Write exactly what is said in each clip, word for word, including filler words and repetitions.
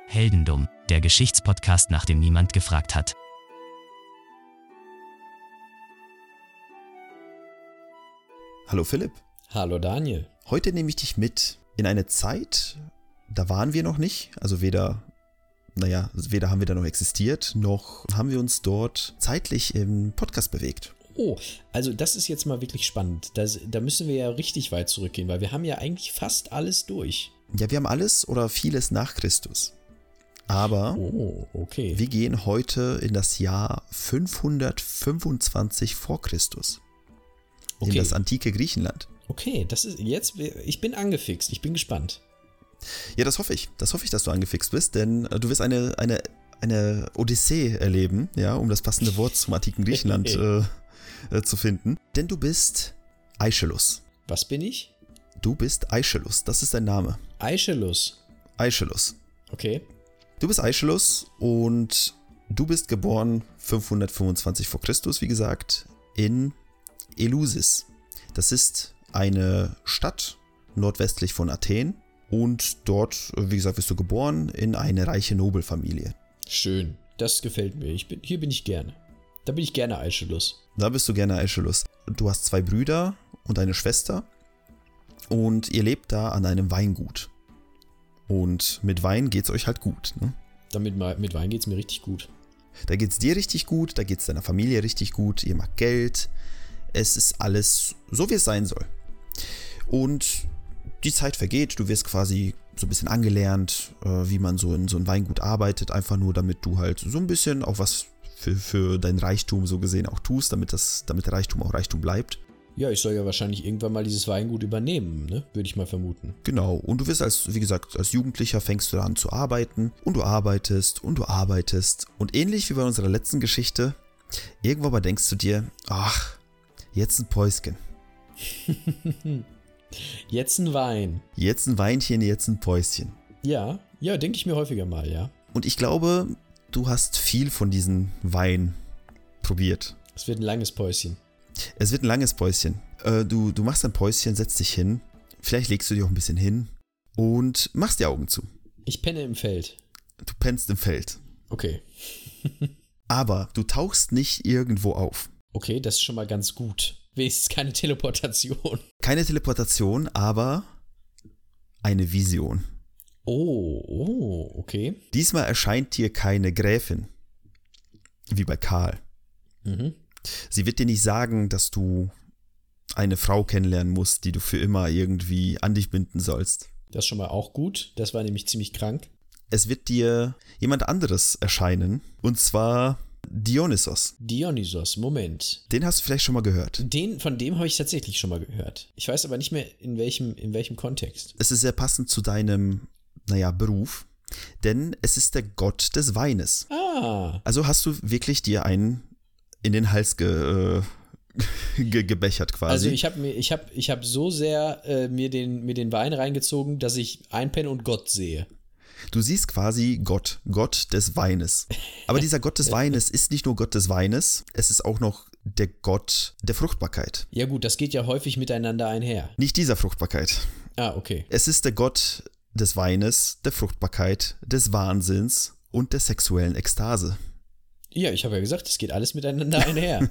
Heldendum, der Geschichtspodcast, nach dem niemand gefragt hat. Hallo Philipp. Hallo Daniel. Heute nehme ich dich mit in eine Zeit, da waren wir noch nicht, also weder, naja, weder haben wir da noch existiert, noch haben wir uns dort zeitlich im Podcast bewegt. Oh, also das ist jetzt mal wirklich spannend. Das, da müssen wir ja richtig weit zurückgehen, weil wir haben ja eigentlich fast alles durch. Ja, wir haben alles oder vieles nach Christus. Aber oh, okay. wir gehen heute in das Jahr fünfhundertfünfundzwanzig vor Christus. In Okay. das antike Griechenland. Okay, das ist jetzt, ich bin angefixt, ich bin gespannt. Ja, das hoffe ich. Das hoffe ich, dass du angefixt bist, denn äh, du wirst eine, eine, eine Odyssee erleben, ja, um das passende Wort zum antiken Griechenland äh, äh, zu finden. Denn du bist Aeschylus. Was bin ich? Du bist Aeschylus, das ist dein Name. Aeschylus. Aeschylus. Okay. Du bist Aeschylus und du bist geboren fünfhundertfünfundzwanzig vor Christus, wie gesagt, in Eleusis. Das ist eine Stadt nordwestlich von Athen und dort, wie gesagt, bist du geboren in eine reiche Nobelfamilie. Schön, das gefällt mir. Ich bin, hier bin ich gerne. Da bin ich gerne Aeschylus. Da bist du gerne Aeschylus. Du hast zwei Brüder und eine Schwester und ihr lebt da an einem Weingut. Und mit Wein geht's euch halt gut, ne? Damit mit Wein geht's mir richtig gut. Da geht's dir richtig gut, da geht's deiner Familie richtig gut, ihr macht Geld. Es ist alles so, wie es sein soll. Und die Zeit vergeht, du wirst quasi so ein bisschen angelernt, äh, wie man so in so ein Weingut arbeitet, einfach nur damit du halt so ein bisschen auch was für, für dein Reichtum so gesehen auch tust, damit, das, damit der Reichtum auch Reichtum bleibt. Ja, ich soll ja wahrscheinlich irgendwann mal dieses Weingut übernehmen, ne? Würde ich mal vermuten. Genau, und du wirst als, wie gesagt, als Jugendlicher fängst du an zu arbeiten und du arbeitest und du arbeitest und ähnlich wie bei unserer letzten Geschichte, irgendwann mal denkst du dir, ach, jetzt ein Päuschen. Jetzt ein Wein. Jetzt ein Weinchen, jetzt ein Päuschen. Ja, ja, denke ich mir häufiger mal, ja. Und ich glaube, du hast viel von diesem Wein probiert. Es wird ein langes Päuschen. Es wird ein langes Päuschen. Äh, du, du machst ein Päuschen, setzt dich hin. Vielleicht legst du dich auch ein bisschen hin und machst die Augen zu. Ich penne im Feld. Du pennst im Feld. Okay. Aber du tauchst nicht irgendwo auf. Okay, das ist schon mal ganz gut. Wenigstens keine Teleportation. Keine Teleportation, aber eine Vision. Oh, oh, okay. Diesmal erscheint dir keine Gräfin, wie bei Karl. Mhm. Sie wird dir nicht sagen, dass du eine Frau kennenlernen musst, die du für immer irgendwie an dich binden sollst. Das ist schon mal auch gut. Das war nämlich ziemlich krank. Es wird dir jemand anderes erscheinen, und zwar Dionysos. Dionysos, Moment. Den hast du vielleicht schon mal gehört. Den, von dem habe ich tatsächlich schon mal gehört. Ich weiß aber nicht mehr, in welchem, in welchem Kontext. Es ist sehr passend zu deinem, naja, Beruf, denn es ist der Gott des Weines. Ah, Also hast du wirklich dir einen in den Hals ge, äh, ge, gebechert quasi. also ich habe mir, ich habe, ich habe so sehr äh, mir den, mir den Wein reingezogen, dass ich einpenne und Gott sehe. Du siehst quasi Gott, Gott des Weines. Aber dieser Gott des Weines ist nicht nur Gott des Weines, es ist auch noch der Gott der Fruchtbarkeit. Ja gut, das geht ja häufig miteinander einher. Nicht dieser Fruchtbarkeit. Ah, okay. Es ist der Gott des Weines, der Fruchtbarkeit, des Wahnsinns und der sexuellen Ekstase. Ja, ich habe ja gesagt, es geht alles miteinander einher.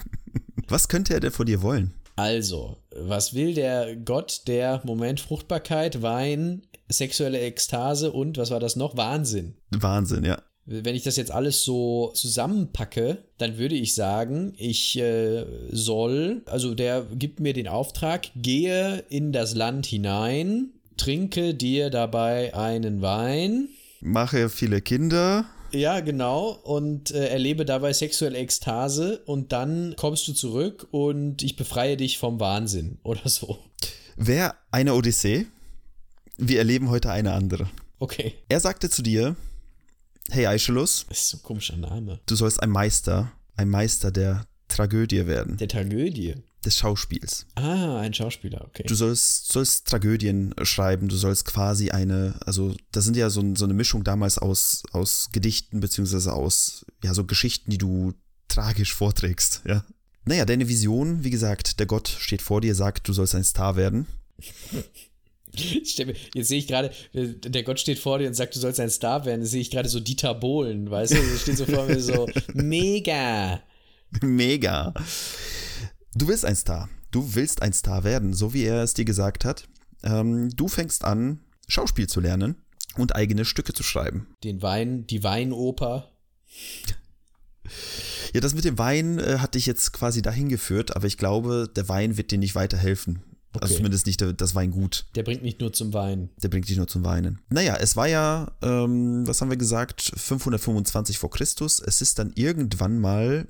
Was könnte er denn von dir wollen? Also, was will der Gott der, Moment, Fruchtbarkeit, Wein, sexuelle Ekstase und, was war das noch? Wahnsinn. Wahnsinn, ja. Wenn ich das jetzt alles so zusammenpacke, dann würde ich sagen, ich äh, soll, also der gibt mir den Auftrag, gehe in das Land hinein, trinke dir dabei einen Wein. Mache viele Kinder. Ja, genau. Und äh, erlebe dabei sexuelle Ekstase und dann kommst du zurück und ich befreie dich vom Wahnsinn oder so. Wäre eine Odyssee. Wir erleben heute eine andere. Okay. Er sagte zu dir, hey Aeschylus, Das ist so ein komischer Name. du sollst ein Meister, ein Meister der Tragödie werden, Der Tragödie. des Schauspiels. Ah, ein Schauspieler, okay. Du sollst, sollst Tragödien schreiben, du sollst quasi eine, also das sind ja so, so eine Mischung damals aus, aus Gedichten beziehungsweise aus, ja, so Geschichten, die du tragisch vorträgst, ja. Naja, deine Vision, wie gesagt, der Gott steht vor dir, sagt, du sollst ein Star werden. Ich stell mir, jetzt sehe ich gerade, der Gott steht vor dir und sagt, du sollst ein Star werden. Jetzt sehe ich gerade so Dieter Bohlen, weißt du? Der steht so vor mir so, mega. Mega. Du willst ein Star. Du willst ein Star werden, so wie er es dir gesagt hat. Ähm, du fängst an, Schauspiel zu lernen und eigene Stücke zu schreiben. Den Wein, die Weinoper. Ja, das mit dem Wein äh, hat dich jetzt quasi dahin geführt, aber ich glaube, der Wein wird dir nicht weiterhelfen. Okay. Also zumindest nicht das Weingut. Der bringt mich nur zum Weinen. Der bringt dich nur zum Weinen. Naja, es war ja, ähm, was haben wir gesagt, fünfhundertfünfundzwanzig vor Christus. Es ist dann irgendwann mal,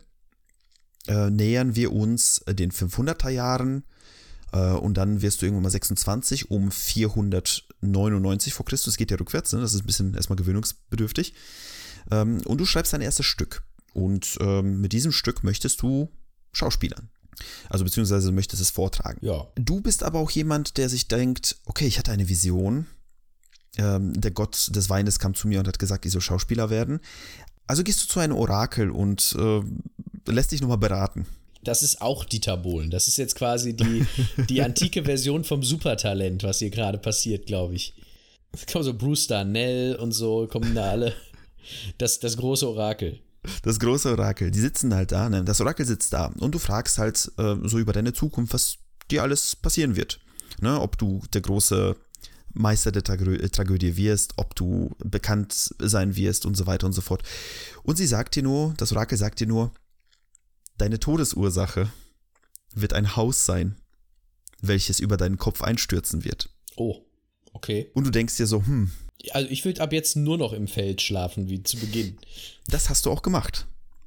äh, nähern wir uns den fünfhunderter Jahren äh, und dann wirst du irgendwann mal sechsundzwanzig um vierhundertneunundneunzig vor Christus. Geht ja rückwärts, ne? Das ist ein bisschen erstmal gewöhnungsbedürftig. Ähm, und du schreibst dein erstes Stück. Und ähm, mit diesem Stück möchtest du schauspielern. Also beziehungsweise möchtest es vortragen. Ja. Du bist aber auch jemand, der sich denkt, okay, ich hatte eine Vision. Ähm, der Gott des Weines kam zu mir und hat gesagt, ich soll Schauspieler werden. Also gehst du zu einem Orakel und äh, lässt dich nochmal beraten. Das ist auch Dieter Bohlen. Das ist jetzt quasi die, die antike Version vom Supertalent, was hier gerade passiert, glaube ich. Da kommen so Bruce Darnell und so, kommen da alle. Das, das große Orakel. Das große Orakel, die sitzen halt da, ne? Das Orakel sitzt da und du fragst halt äh, so über deine Zukunft, was dir alles passieren wird. Ne? Ob du der große Meister der Tragö- Tragödie wirst, ob du bekannt sein wirst und so weiter und so fort. Und sie sagt dir nur, das Orakel sagt dir nur, deine Todesursache wird ein Haus sein, welches über deinen Kopf einstürzen wird. Oh, okay. Und du denkst dir so, hm, also ich würde ab jetzt nur noch im Feld schlafen, wie zu Beginn. Das hast du auch gemacht.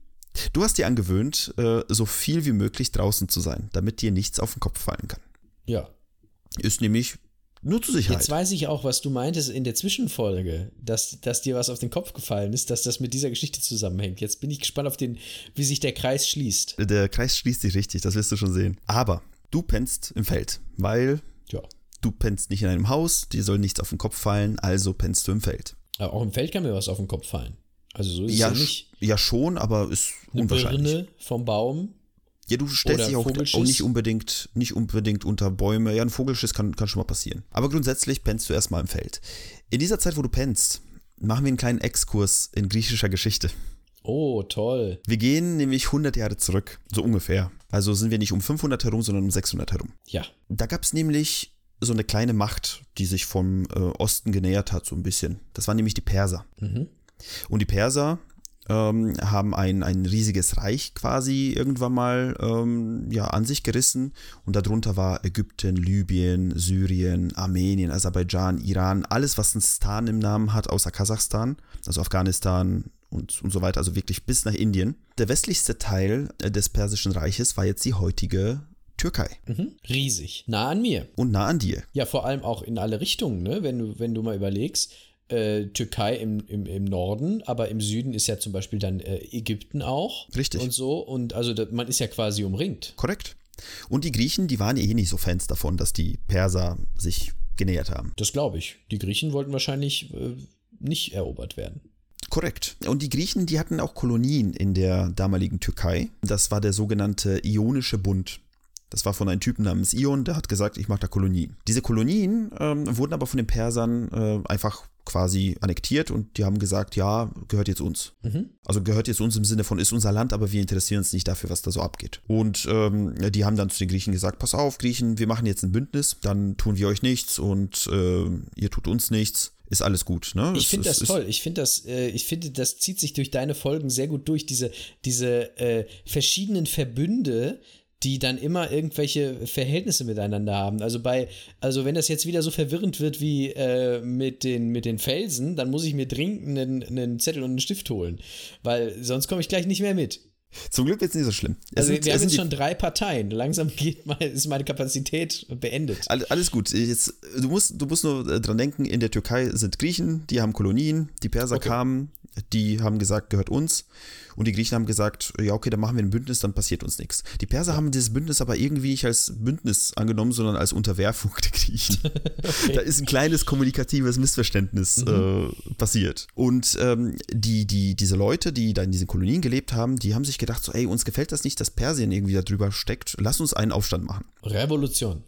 Du hast dir angewöhnt, so viel wie möglich draußen zu sein, damit dir nichts auf den Kopf fallen kann. Ja. Ist nämlich nur zur Sicherheit. Jetzt weiß ich auch, was du meintest in der Zwischenfolge, dass, dass dir was auf den Kopf gefallen ist, dass das mit dieser Geschichte zusammenhängt. Jetzt bin ich gespannt auf den, wie sich der Kreis schließt. Der Kreis schließt sich richtig, das wirst du schon sehen. Aber du pennst im Feld, weil ja. Du pennst nicht in einem Haus, dir soll nichts auf den Kopf fallen, also pennst du im Feld. Aber auch im Feld kann mir was auf den Kopf fallen. Also so ist ja, es ja nicht. Ja schon, aber ist eine unwahrscheinlich. Birne vom Baum. Ja, du stellst dich auch, auch nicht unbedingt, nicht unbedingt unter Bäume. Ja, ein Vogelschiss kann, kann schon mal passieren. Aber grundsätzlich pennst du erstmal im Feld. In dieser Zeit, wo du pennst, machen wir einen kleinen Exkurs in griechischer Geschichte. Oh, toll. Wir gehen nämlich hundert Jahre zurück, so ungefähr. Also sind wir nicht um fünfhundert herum, sondern um sechshundert herum. Ja. Da gab es nämlich so eine kleine Macht, die sich vom äh, Osten genähert hat, so ein bisschen. Das waren nämlich die Perser. Mhm. Und die Perser ähm, haben ein, ein riesiges Reich quasi irgendwann mal ähm, ja, an sich gerissen. Und darunter war Ägypten, Libyen, Syrien, Armenien, Aserbaidschan, Iran, alles, was einen Stan im Namen hat, außer Kasachstan, also Afghanistan und, und so weiter, also wirklich bis nach Indien. Der westlichste Teil äh, des Persischen Reiches war jetzt die heutige Türkei. Mhm. Riesig. Nah an mir. Und nah an dir. Ja, vor allem auch in alle Richtungen, ne? Wenn du, wenn du mal überlegst, äh, Türkei im, im, im Norden, aber im Süden ist ja zum Beispiel dann äh, Ägypten auch. Richtig. Und so. Und also da, man ist ja quasi umringt. Korrekt. Und die Griechen, die waren eh nicht so Fans davon, dass die Perser sich genähert haben. Das glaube ich. Die Griechen wollten wahrscheinlich äh, nicht erobert werden. Korrekt. Und die Griechen, die hatten auch Kolonien in der damaligen Türkei. Das war der sogenannte Ionische Bund. Das war von einem Typen namens Ion, der hat gesagt, ich mache da Kolonien. Diese Kolonien ähm, wurden aber von den Persern äh, einfach quasi annektiert und die haben gesagt, ja, gehört jetzt uns. Mhm. Also gehört jetzt uns im Sinne von, ist unser Land, aber wir interessieren uns nicht dafür, was da so abgeht. Und ähm, die haben dann zu den Griechen gesagt, pass auf, Griechen, wir machen jetzt ein Bündnis, dann tun wir euch nichts und äh, ihr tut uns nichts. Ist alles gut, ne? Ich finde das toll. Ich finde das, äh, ich finde, das zieht sich durch deine Folgen sehr gut durch, diese, diese äh, verschiedenen Verbünde, die dann immer irgendwelche Verhältnisse miteinander haben. Also bei, also wenn das jetzt wieder so verwirrend wird wie äh, mit den, mit den Felsen, dann muss ich mir dringend einen, einen Zettel und einen Stift holen, weil sonst komme ich gleich nicht mehr mit. Zum Glück wird es nicht so schlimm. Es also sind, wir haben jetzt die, schon drei Parteien. Langsam geht mal, ist meine Kapazität beendet. Alles gut. Jetzt, du, musst, du musst nur dran denken, in der Türkei sind Griechen, die haben Kolonien, die Perser okay. kamen, die haben gesagt, gehört uns. Und die Griechen haben gesagt, ja okay, dann machen wir ein Bündnis, dann passiert uns nichts. Die Perser ja. haben dieses Bündnis aber irgendwie nicht als Bündnis angenommen, sondern als Unterwerfung der Griechen. Okay. Da ist ein kleines kommunikatives Missverständnis mhm. äh, passiert. Und ähm, die, die, diese Leute, die da in diesen Kolonien gelebt haben, die haben sich gedacht, so ey, uns gefällt das nicht, dass Persien irgendwie da drüber steckt, lass uns einen Aufstand machen. Revolution.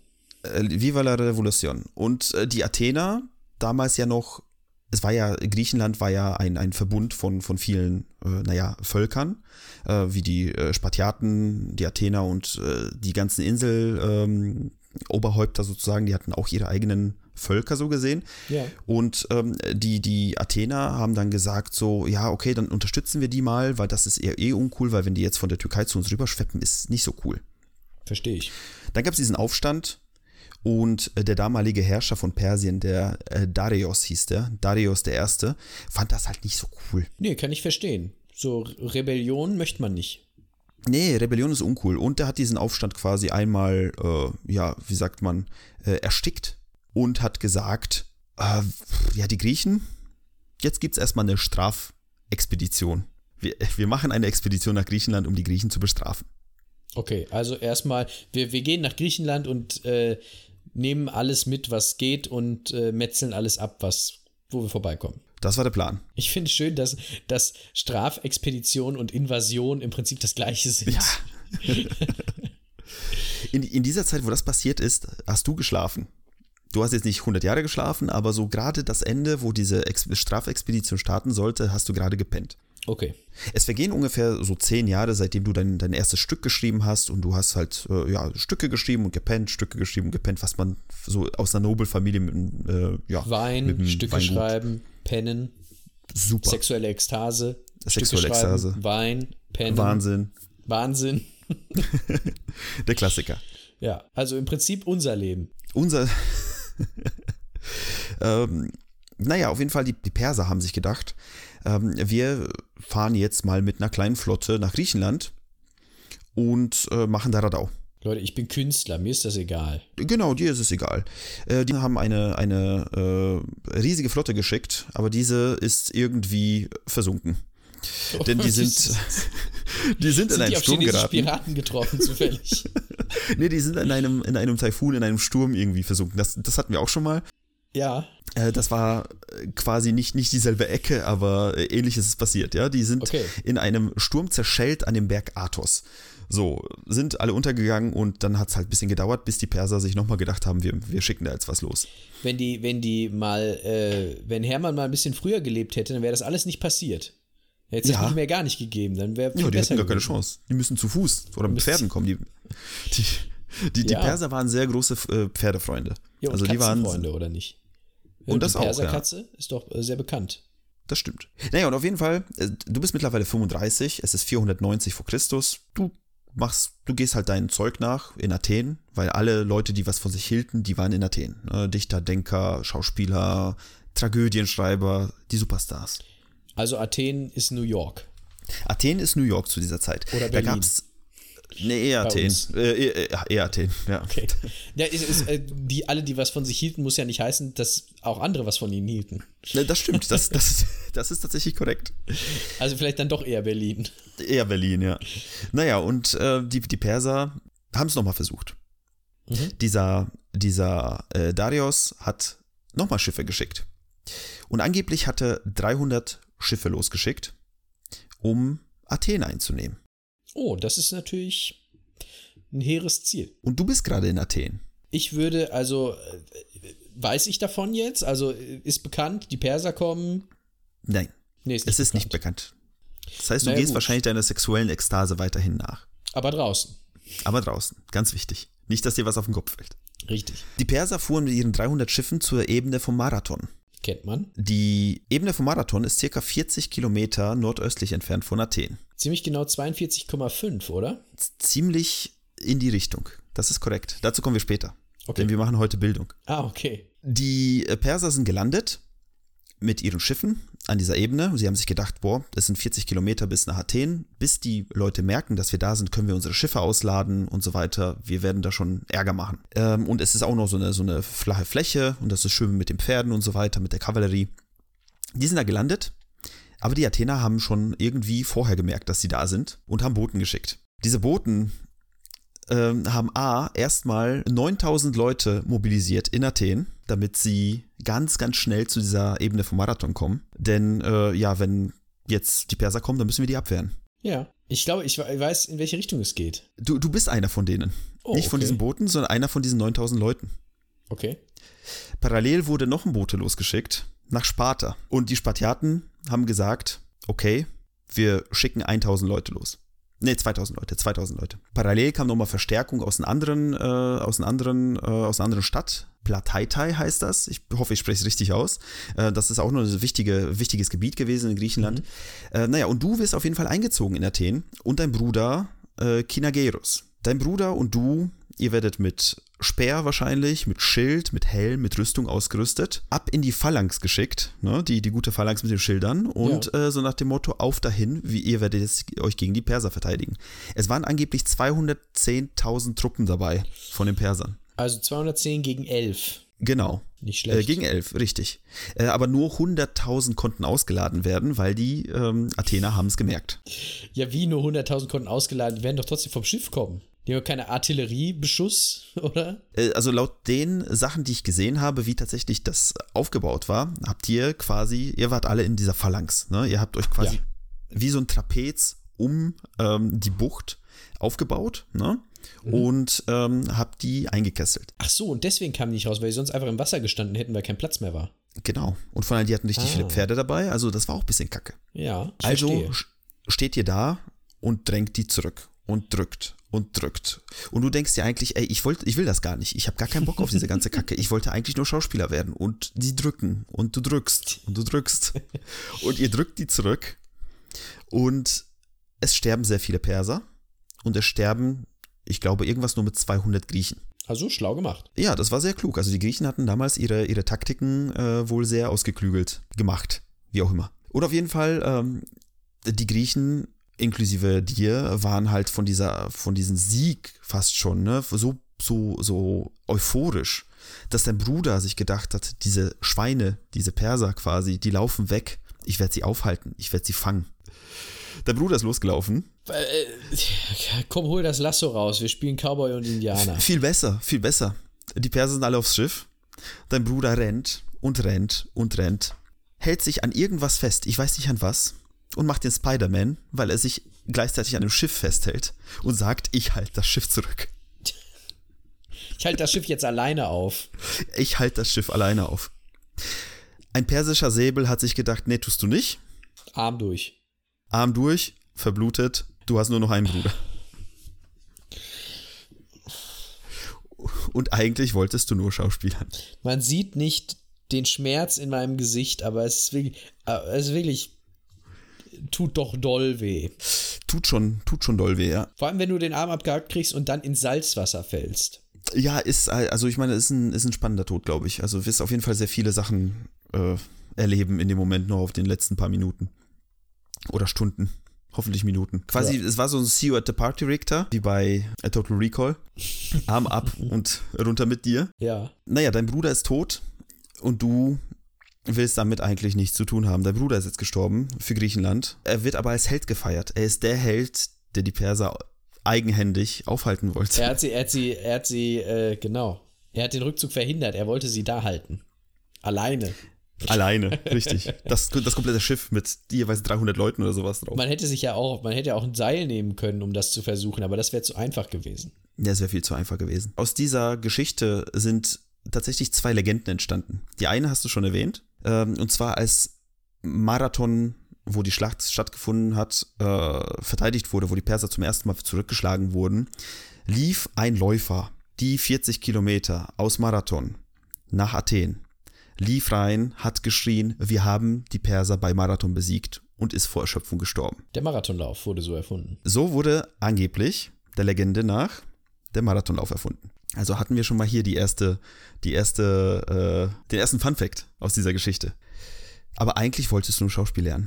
Äh, Viva la Revolution. Und äh, die Athener, damals ja noch, es war ja, Griechenland war ja ein, ein Verbund von, von vielen, äh, naja, Völkern, äh, wie die äh, Spartiaten, die Athener und äh, die ganzen Insel, ähm, Oberhäupter sozusagen, die hatten auch ihre eigenen Völker so gesehen. Ja. Und ähm, die, die Athener haben dann gesagt so, ja, okay, dann unterstützen wir die mal, weil das ist eher eh uncool, weil wenn die jetzt von der Türkei zu uns rüberschweppen, ist nicht so cool. Verstehe ich. Dann gab es diesen Aufstand und äh, der damalige Herrscher von Persien, der äh, Darius hieß der, Darius der Erste, fand das halt nicht so cool. Nee, kann ich verstehen. So Rebellion möchte man nicht. Nee, Rebellion ist uncool. Und der hat diesen Aufstand quasi einmal, äh, ja, wie sagt man, äh, erstickt und hat gesagt, äh, ja, die Griechen, jetzt gibt es erstmal eine Strafexpedition. Wir, wir machen eine Expedition nach Griechenland, um die Griechen zu bestrafen. Okay, also erstmal, wir, wir gehen nach Griechenland und äh, nehmen alles mit, was geht und äh, metzeln alles ab, was, wo wir vorbeikommen. Das war der Plan. Ich finde es schön, dass, dass Strafexpedition und Invasion im Prinzip das Gleiche sind. Ja. in, in dieser Zeit, wo das passiert ist, hast du geschlafen. Du hast jetzt nicht hundert Jahre geschlafen, aber so gerade das Ende, wo diese Ex- Strafexpedition starten sollte, hast du gerade gepennt. Okay. Es vergehen ungefähr so zehn Jahre, seitdem du dein, dein erstes Stück geschrieben hast und du hast halt äh, ja, Stücke geschrieben und gepennt, Stücke geschrieben und gepennt, was man so aus einer Nobelfamilie mit äh, ja, Wein, mit Stücke Weingut. schreiben, pennen, Super. sexuelle Ekstase, Sexuelle Stücke Ekstase. schreiben, Wein, pennen. Wahnsinn. Wahnsinn. Der Klassiker. Ja, also im Prinzip unser Leben. Unser ähm, naja, auf jeden Fall, die, die Perser haben sich gedacht, ähm, wir fahren jetzt mal mit einer kleinen Flotte nach Griechenland und äh, machen da Radau. Leute, ich bin Künstler, mir ist das egal. Genau, dir ist es egal. Äh, die haben eine, eine äh, riesige Flotte geschickt, aber diese ist irgendwie versunken. Oh, Denn die sind, die sind in sind einen die auf Sturm chinesische geraten. Piraten getroffen, zufällig. Nee, die sind in einem, in einem Taifun, in einem Sturm irgendwie versunken. Das, das hatten wir auch schon mal. Ja. Äh, das war quasi nicht, nicht dieselbe Ecke, aber äh, ähnliches ist passiert. Ja? Die sind Okay. in einem Sturm zerschellt an dem Berg Athos. So, sind alle untergegangen und dann hat es halt ein bisschen gedauert, bis die Perser sich nochmal gedacht haben, wir, wir schicken da jetzt was los. Wenn die, wenn die mal, äh, wenn Hermann mal ein bisschen früher gelebt hätte, dann wäre das alles nicht passiert. Hätte es Ja. nicht mehr gar nicht gegeben, dann wäre Ja, die besser hatten gar keine gewesen. Chance. Die müssen zu Fuß oder mit Müsst- Pferden kommen. Die, die, die, die Ja. Perser waren sehr große äh, Pferdefreunde. Ja, und also die waren, Katzenfreunde, oder nicht? Und das die auch, Perserkatze ist doch äh, sehr bekannt. das stimmt. Naja, und auf jeden Fall, äh, du bist mittlerweile fünfunddreißig, es ist vierhundertneunzig vor Christus. Du machst, du gehst halt deinem Zeug nach in Athen, weil alle Leute, die was von sich hielten, die waren in Athen. Ne? Dichter, Denker, Schauspieler, Tragödienschreiber, die Superstars. Also Athen ist New York. Athen ist New York zu dieser Zeit. Oder Da Berlin. gab's Nee, eher Bei Athen. uns. Äh, eher, eher Athen, ja. Okay. Ja, ist, ist, äh, die, alle, die was von sich hielten, muss ja nicht heißen, dass auch andere was von ihnen hielten. Ne, Das stimmt, das, das, ist, das ist tatsächlich korrekt. Also vielleicht dann doch eher Berlin. Eher Berlin, ja. Naja, und äh, die, die Perser haben es nochmal versucht. Mhm. Dieser, dieser äh, Darius hat nochmal Schiffe geschickt. Und angeblich hatte dreihundert Schiffe losgeschickt, um Athen einzunehmen. Oh, das ist natürlich ein hehres Ziel. Und du bist gerade in Athen. Ich würde, also, äh, weiß ich davon jetzt? Also, äh, ist bekannt, die Perser kommen? Nein, Nee, ist es ist nicht bekannt. Das heißt, du Naja, gehst gut. wahrscheinlich deiner sexuellen Ekstase weiterhin nach. Aber draußen. Aber draußen, ganz wichtig. Nicht, dass dir was auf den Kopf fällt. Richtig. Die Perser fuhren mit ihren dreihundert Schiffen zur Ebene vom Marathon. Kennt man. Die Ebene vom Marathon ist circa vierzig Kilometer nordöstlich entfernt von Athen. Ziemlich genau zweiundvierzig Komma fünf, oder? Ziemlich in die Richtung. Das ist korrekt. Dazu kommen wir später. Okay. Denn wir machen heute Bildung. Ah, okay. Die äh, Perser sind gelandet mit ihren Schiffen an dieser Ebene. Sie haben sich gedacht, boah, das sind vierzig Kilometer bis nach Athen. Bis die Leute merken, dass wir da sind, können wir unsere Schiffe ausladen und so weiter. Wir werden da schon Ärger machen. Ähm, und es ist auch noch so eine, so eine flache Fläche und das ist schön mit den Pferden und so weiter, mit der Kavallerie. Die sind da gelandet, aber die Athener haben schon irgendwie vorher gemerkt, dass sie da sind und haben Boten geschickt. Diese Boten ähm, haben A, erstmal neuntausend Leute mobilisiert in Athen, damit sie ganz, ganz schnell zu dieser Ebene vom Marathon kommen. Denn, äh, ja, wenn jetzt die Perser kommen, dann müssen wir die abwehren. Ja. Ich glaube, ich we- weiß, in welche Richtung es geht. Du, du bist einer von denen. Oh, Nicht von okay. diesen Booten, sondern einer von diesen neuntausend Leuten. Okay. Parallel wurde noch ein Boot losgeschickt nach Sparta. Und die Spartiaten haben gesagt, okay, wir schicken tausend Leute los. Ne, zweitausend Leute, zweitausend Leute. Parallel kam nochmal Verstärkung aus einer anderen, äh, aus einer anderen, äh, aus einer anderen Stadt. Plataitai heißt das. Ich hoffe, ich spreche es richtig aus. Äh, das ist auch noch ein wichtige, wichtiges Gebiet gewesen in Griechenland. Mhm. Äh, naja, und du wirst auf jeden Fall eingezogen in Athen und dein Bruder äh, Kinageros. Dein Bruder und du, ihr werdet mit Speer wahrscheinlich, mit Schild, mit Helm, mit Rüstung ausgerüstet, ab in die Phalanx geschickt, ne? die, die gute Phalanx mit den Schildern und ja. äh, so nach dem Motto, auf dahin, wie ihr werdet jetzt euch gegen die Perser verteidigen. Es waren angeblich zweihundertzehntausend Truppen dabei von den Persern. Also zweihundertzehn gegen elf. Genau. Nicht schlecht. Äh, gegen elf, richtig. Äh, aber nur hunderttausend konnten ausgeladen werden, weil die ähm, Athener haben es gemerkt. Ja, wie nur hunderttausend konnten ausgeladen? Die werden doch trotzdem vom Schiff kommen. Die haben keine Artilleriebeschuss, oder? Äh, also laut den Sachen, die ich gesehen habe, wie tatsächlich das aufgebaut war, habt ihr quasi, ihr wart alle in dieser Phalanx. Ne? Ihr habt euch quasi ja. wie so ein Trapez um ähm, die Bucht aufgebaut, ne? Mhm. Und ähm, habt die eingekesselt. Ach so, und deswegen kamen die nicht raus, weil die sonst einfach im Wasser gestanden hätten, weil kein Platz mehr war. Genau. Und vor allem, die hatten richtig ah. viele Pferde dabei, also das war auch ein bisschen kacke. Ja, ich Also verstehe. Steht ihr da und drängt die zurück und drückt und drückt. Und du denkst dir eigentlich, ey, ich wollte, ich will das gar nicht. Ich habe gar keinen Bock auf diese ganze Kacke. Ich wollte eigentlich nur Schauspieler werden. Und die drücken und du drückst und du drückst. Und ihr drückt die zurück. Und es sterben sehr viele Perser. Und es sterben, ich glaube, irgendwas nur mit zweihundert Griechen. Also schlau gemacht. Ja, das war sehr klug. Also die Griechen hatten damals ihre, ihre Taktiken äh, wohl sehr ausgeklügelt gemacht. Wie auch immer. Und auf jeden Fall, ähm, die Griechen inklusive dir waren halt von dieser, von diesem Sieg fast schon, ne, so, so, so euphorisch, dass dein Bruder sich gedacht hat, diese Schweine, diese Perser quasi, die laufen weg. Ich werde sie aufhalten, ich werde sie fangen. Dein Bruder ist losgelaufen. Äh, komm, hol das Lasso raus, wir spielen Cowboy und Indianer. Viel besser, viel besser. Die Perser sind alle aufs Schiff. Dein Bruder rennt und rennt und rennt, hält sich an irgendwas fest, ich weiß nicht an was, und macht den Spider-Man, weil er sich gleichzeitig an dem Schiff festhält und sagt, ich halte das Schiff zurück. Ich halte das Schiff jetzt alleine auf. Ich halte das Schiff alleine auf. Ein persischer Säbel hat sich gedacht, nee, tust du nicht. Arm durch. Arm durch, verblutet, du hast nur noch einen Bruder. Und eigentlich wolltest du nur schauspielern. Man sieht nicht den Schmerz in meinem Gesicht, aber es ist wirklich, es ist wirklich tut doch doll weh. Tut schon, tut schon doll weh, ja. Vor allem, wenn du den Arm abgehakt kriegst und dann ins Salzwasser fällst. Ja, ist, also ich meine, ist ein, ist ein spannender Tod, glaube ich. Also du wirst auf jeden Fall sehr viele Sachen äh, erleben in dem Moment noch auf den letzten paar Minuten. Oder Stunden. Hoffentlich Minuten. Quasi, ja. Es war so ein See You at the Party Richter, wie bei A Total Recall. Arm ab und runter mit dir. Ja. Naja, dein Bruder ist tot und du willst damit eigentlich nichts zu tun haben. Dein Bruder ist jetzt gestorben für Griechenland. Er wird aber als Held gefeiert. Er ist der Held, der die Perser eigenhändig aufhalten wollte. Er hat sie, er hat sie, er hat sie, äh, genau. Er hat den Rückzug verhindert. Er wollte sie da halten. Alleine. Alleine, richtig. Das, das komplette Schiff mit jeweils dreihundert Leuten oder sowas drauf. Man hätte sich ja auch, man hätte ja auch ein Seil nehmen können, um das zu versuchen, aber das wäre zu einfach gewesen. Ja, es wäre viel zu einfach gewesen. Aus dieser Geschichte sind tatsächlich zwei Legenden entstanden. Die eine hast du schon erwähnt, ähm, und zwar als Marathon, wo die Schlacht stattgefunden hat, äh, verteidigt wurde, wo die Perser zum ersten Mal zurückgeschlagen wurden, lief ein Läufer, die vierzig Kilometer aus Marathon nach Athen, lief rein, hat geschrien, wir haben die Perser bei Marathon besiegt und ist vor Erschöpfung gestorben. Der Marathonlauf wurde so erfunden. So wurde angeblich der Legende nach der Marathonlauf erfunden. Also hatten wir schon mal hier die erste, die erste, äh, den ersten Funfact aus dieser Geschichte. Aber eigentlich wolltest du nur Schauspiel lernen.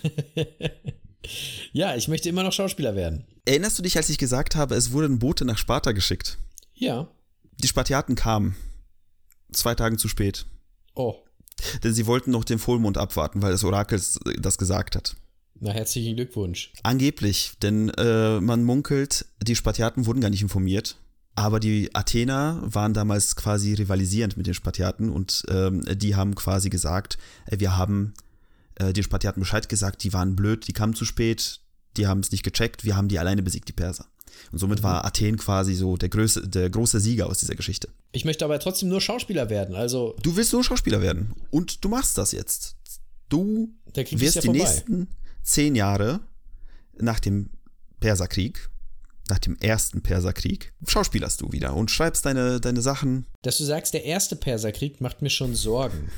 Ja, ich möchte immer noch Schauspieler werden. Erinnerst du dich, als ich gesagt habe, es wurden Boote nach Sparta geschickt? Ja. Die Spartiaten kamen. Zwei Tage zu spät. Oh. Denn sie wollten noch den Vollmond abwarten, weil das Orakel das gesagt hat. Na, herzlichen Glückwunsch. Angeblich, denn äh, man munkelt, die Spartiaten wurden gar nicht informiert. Aber die Athener waren damals quasi rivalisierend mit den Spartiaten und ähm, die haben quasi gesagt, äh, wir haben äh, den Spartiaten Bescheid gesagt, die waren blöd, die kamen zu spät, die haben es nicht gecheckt, wir haben die alleine besiegt, die Perser. Und somit mhm. war Athen quasi so der, größte, der große Sieger aus dieser Geschichte. Ich möchte aber trotzdem nur Schauspieler werden, also... Du willst nur Schauspieler werden und du machst das jetzt. Du wirst ja die vorbei. nächsten zehn Jahre nach dem Perserkrieg, nach dem ersten Perserkrieg, schauspielerst du wieder und schreibst deine, deine Sachen. Dass du sagst, der erste Perserkrieg macht mir schon Sorgen.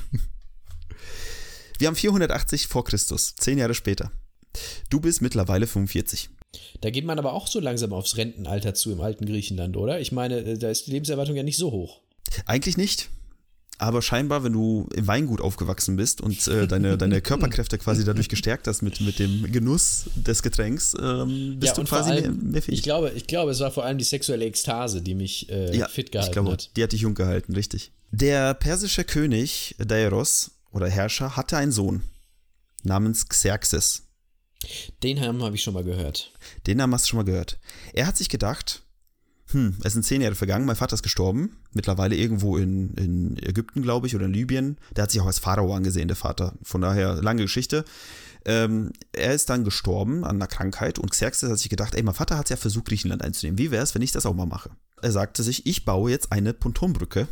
Wir haben vierhundertachtzig vor Christus, zehn Jahre später. Du bist mittlerweile fünfundvierzig. Da geht man aber auch so langsam aufs Rentenalter zu im alten Griechenland, oder? Ich meine, da ist die Lebenserwartung ja nicht so hoch. Eigentlich nicht. Aber scheinbar, wenn du im Weingut aufgewachsen bist und äh, deine, deine Körperkräfte quasi dadurch gestärkt hast mit, mit dem Genuss des Getränks, ähm, bist ja, du quasi allem, mehr, mehr fähig. Ich glaube, ich glaube, es war vor allem die sexuelle Ekstase, die mich äh, ja, fit gehalten ich glaube, hat. Die hat dich jung gehalten, richtig. Der persische König Dareios oder Herrscher hatte einen Sohn namens Xerxes. Den Namen habe ich schon mal gehört. Den Namen hast du schon mal gehört. Er hat sich gedacht, hm, es sind zehn Jahre vergangen, mein Vater ist gestorben, mittlerweile irgendwo in, in Ägypten, glaube ich, oder in Libyen. Der hat sich auch als Pharao angesehen, der Vater. Von daher, lange Geschichte. Ähm, er ist dann gestorben an einer Krankheit und Xerxes hat sich gedacht, ey, mein Vater hat ja versucht, Griechenland einzunehmen. Wie wäre es, wenn ich das auch mal mache? Er sagte sich, ich baue jetzt eine Pontonbrücke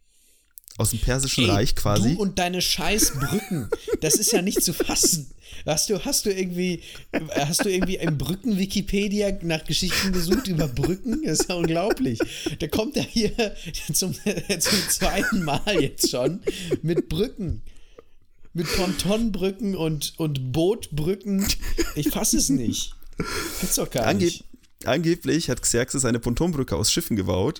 aus dem Persischen Ey, Reich quasi. Du und deine scheiß Brücken, das ist ja nicht zu fassen. Hast du, hast du irgendwie, hast du irgendwie im Brücken-Wikipedia nach Geschichten gesucht über Brücken? Das ist ja unglaublich. Da kommt er hier zum, zum zweiten Mal jetzt schon mit Brücken. Mit Pontonbrücken und, und Bootbrücken. Ich fasse es nicht. Gibt's doch gar Angeb- nicht. Angeblich hat Xerxes eine Pontonbrücke aus Schiffen gebaut.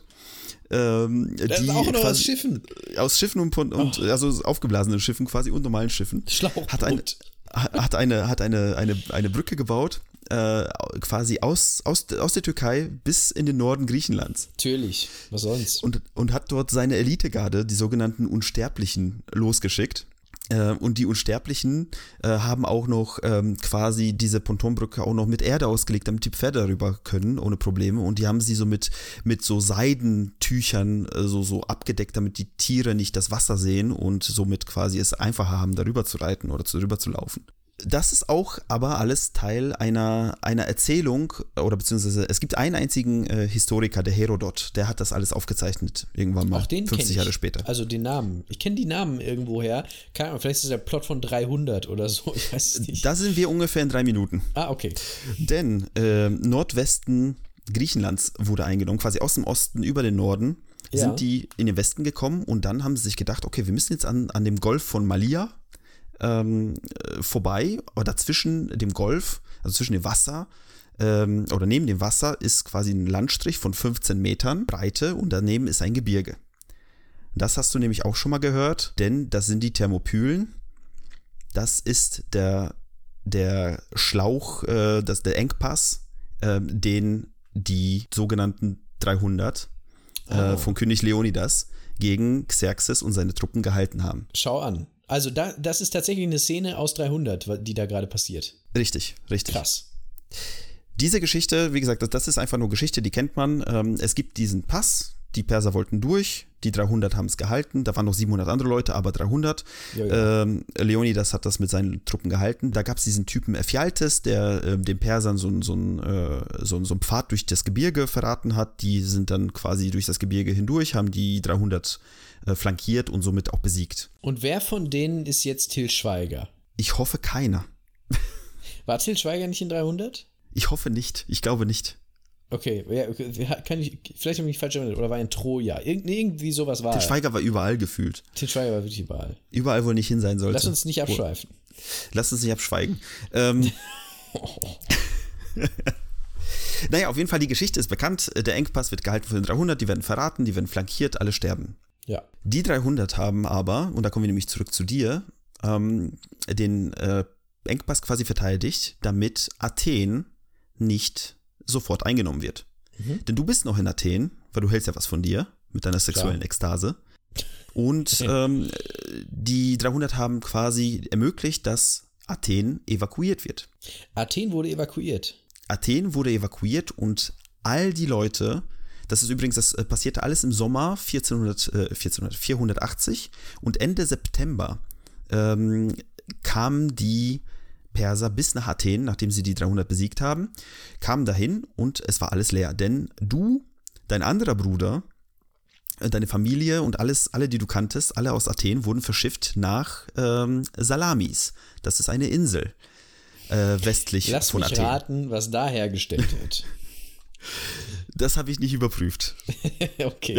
Ähm, das die ist auch noch quasi, aus Schiffen. Aus Schiffen und, und oh. also aufgeblasenen Schiffen quasi und normalen Schiffen. Schlauchboot. Hat, ein, hat, eine, hat eine, eine, eine Brücke gebaut, äh, quasi aus, aus, aus der Türkei bis in den Norden Griechenlands. Natürlich, was sonst? Und, und hat dort seine Elitegarde, die sogenannten Unsterblichen, losgeschickt. Äh, und die Unsterblichen äh, haben auch noch ähm, quasi diese Pontonbrücke auch noch mit Erde ausgelegt, damit die Pferde darüber können, ohne Probleme. Und die haben sie so mit, mit so Seidentüchern äh, so, so abgedeckt, damit die Tiere nicht das Wasser sehen und somit quasi es einfacher haben, darüber zu reiten oder darüber zu laufen. Das ist auch aber alles Teil einer, einer Erzählung, oder beziehungsweise es gibt einen einzigen äh, Historiker, der Herodot, der hat das alles aufgezeichnet, irgendwann mal, auch den fünfzig Jahre später. Also den Namen. Ich kenne die Namen irgendwoher. Keine Ahnung, vielleicht ist es der Plot von dreihundert oder so, ich weiß es nicht. Da sind wir ungefähr in drei Minuten. Ah, okay. Denn äh, Nordwesten Griechenlands wurde eingenommen, quasi aus dem Osten über den Norden, ja. sind die in den Westen gekommen und dann haben sie sich gedacht, okay, wir müssen jetzt an, an dem Golf von Malia Ähm, vorbei, aber dazwischen dem Golf, also zwischen dem Wasser ähm, oder neben dem Wasser ist quasi ein Landstrich von fünfzehn Metern Breite und daneben ist ein Gebirge. Das hast du nämlich auch schon mal gehört, denn das sind die Thermopylen. Das ist der, der Schlauch, äh, das, der Engpass, äh, den die sogenannten dreihundert äh, oh. von König Leonidas gegen Xerxes und seine Truppen gehalten haben. Schau an. Also da, das ist tatsächlich eine Szene aus dreihundert, die da gerade passiert. Richtig, richtig. Krass. Diese Geschichte, wie gesagt, das ist einfach nur Geschichte, die kennt man. Es gibt diesen Pass, die Perser wollten durch, die dreihundert haben es gehalten, da waren noch siebenhundert andere Leute, aber dreihundert. Ja, ja. Ähm, Leonidas hat das mit seinen Truppen gehalten. Da gab es diesen Typen Ephialtes, der äh, den Persern so, so, äh, so, so einen Pfad durch das Gebirge verraten hat. Die sind dann quasi durch das Gebirge hindurch, haben die dreihundert äh, flankiert und somit auch besiegt. Und wer von denen ist jetzt Til Schweiger? Ich hoffe keiner. War Til Schweiger nicht in dreihundert? Ich hoffe nicht. Ich glaube nicht. Okay, ja, okay, kann ich, vielleicht habe ich mich falsch erinnert, oder war er in Troja? Irgend, irgendwie sowas war Til er. Schweiger war überall gefühlt. Til Schweiger war wirklich überall. Überall, wo er nicht hin sein sollte. Lass uns nicht abschweifen. Lass uns nicht abschweigen. Ähm, naja, auf jeden Fall, die Geschichte ist bekannt. Der Engpass wird gehalten von den dreihundert, die werden verraten, die werden flankiert, alle sterben. Ja. Die dreihundert haben aber, und da kommen wir nämlich zurück zu dir, ähm, den äh, Engpass quasi verteidigt, damit Athen nicht sofort eingenommen wird. Mhm. Denn du bist noch in Athen, weil du hältst ja was von dir mit deiner sexuellen Klar. Ekstase. Und ähm, die dreihundert haben quasi ermöglicht, dass Athen evakuiert wird. Athen wurde evakuiert. Athen wurde evakuiert und all die Leute, das ist übrigens, das passierte alles im Sommer vierzehnhundert, äh, vierzehnhundert, vierhundertachtzig und Ende September ähm, kamen die Perser bis nach Athen, nachdem sie die dreihundert besiegt haben, kamen dahin und es war alles leer. Denn du, dein anderer Bruder, deine Familie und alles, alle, die du kanntest, alle aus Athen, wurden verschifft nach ähm, Salamis. Das ist eine Insel äh, westlich Lass von mich Athen. raten, was da hergestellt wird. Das habe ich nicht überprüft. Okay.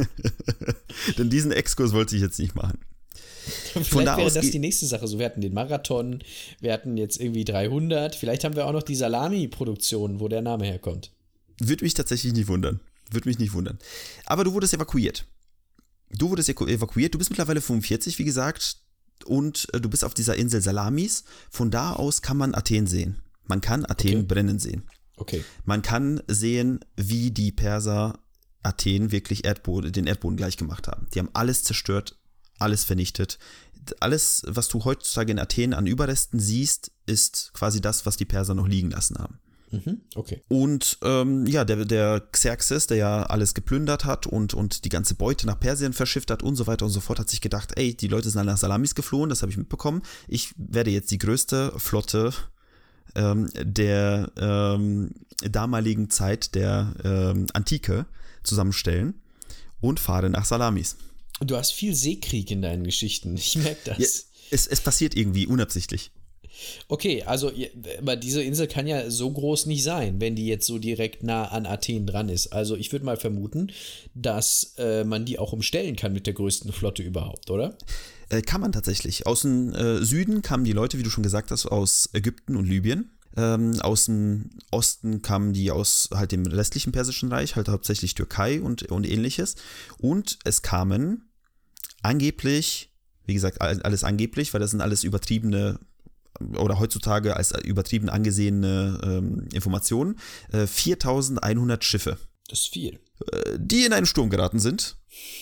Denn diesen Exkurs wollte ich jetzt nicht machen. Vielleicht da wäre aus das ge- die nächste Sache. So, wir hatten den Marathon, wir hatten jetzt irgendwie dreihundert. Vielleicht haben wir auch noch die Salami-Produktion, wo der Name herkommt. Würde mich tatsächlich nicht wundern. Würde mich nicht wundern. Aber du wurdest evakuiert. Du wurdest evakuiert. Du bist mittlerweile fünfundvierzig, wie gesagt. Und äh, du bist auf dieser Insel Salamis. Von da aus kann man Athen sehen. Man kann Athen Okay. brennen sehen. Okay. Man kann sehen, wie die Perser Athen wirklich Erdboden, den Erdboden gleich gemacht haben. Die haben alles zerstört, alles vernichtet. Alles, was du heutzutage in Athen an Überresten siehst, ist quasi das, was die Perser noch liegen lassen haben. Mhm. Okay. Und ähm, ja, der, der Xerxes, der ja alles geplündert hat und, und die ganze Beute nach Persien verschifft hat und so weiter und so fort, hat sich gedacht, ey, die Leute sind alle nach Salamis geflohen, das habe ich mitbekommen. Ich werde jetzt die größte Flotte ähm, der ähm, damaligen Zeit der ähm, Antike zusammenstellen und fahre nach Salamis. Du hast viel Seekrieg in deinen Geschichten. Ich merke das. Ja, es, es passiert irgendwie unabsichtlich. Okay, also, aber diese Insel kann ja so groß nicht sein, wenn die jetzt so direkt nah an Athen dran ist. Also ich würde mal vermuten, dass äh, man die auch umstellen kann mit der größten Flotte überhaupt, oder? Äh, kann man tatsächlich. Aus dem äh, Süden kamen die Leute, wie du schon gesagt hast, aus Ägypten und Libyen. Ähm, aus dem Osten kamen die aus halt dem restlichen Persischen Reich, halt hauptsächlich Türkei und, und ähnliches. Und es kamen angeblich, wie gesagt, alles angeblich, weil das sind alles übertriebene oder heutzutage als übertrieben angesehene ähm, Informationen, äh, viertausendeinhundert Schiffe. Das ist viel. Äh, die in einen Sturm geraten sind.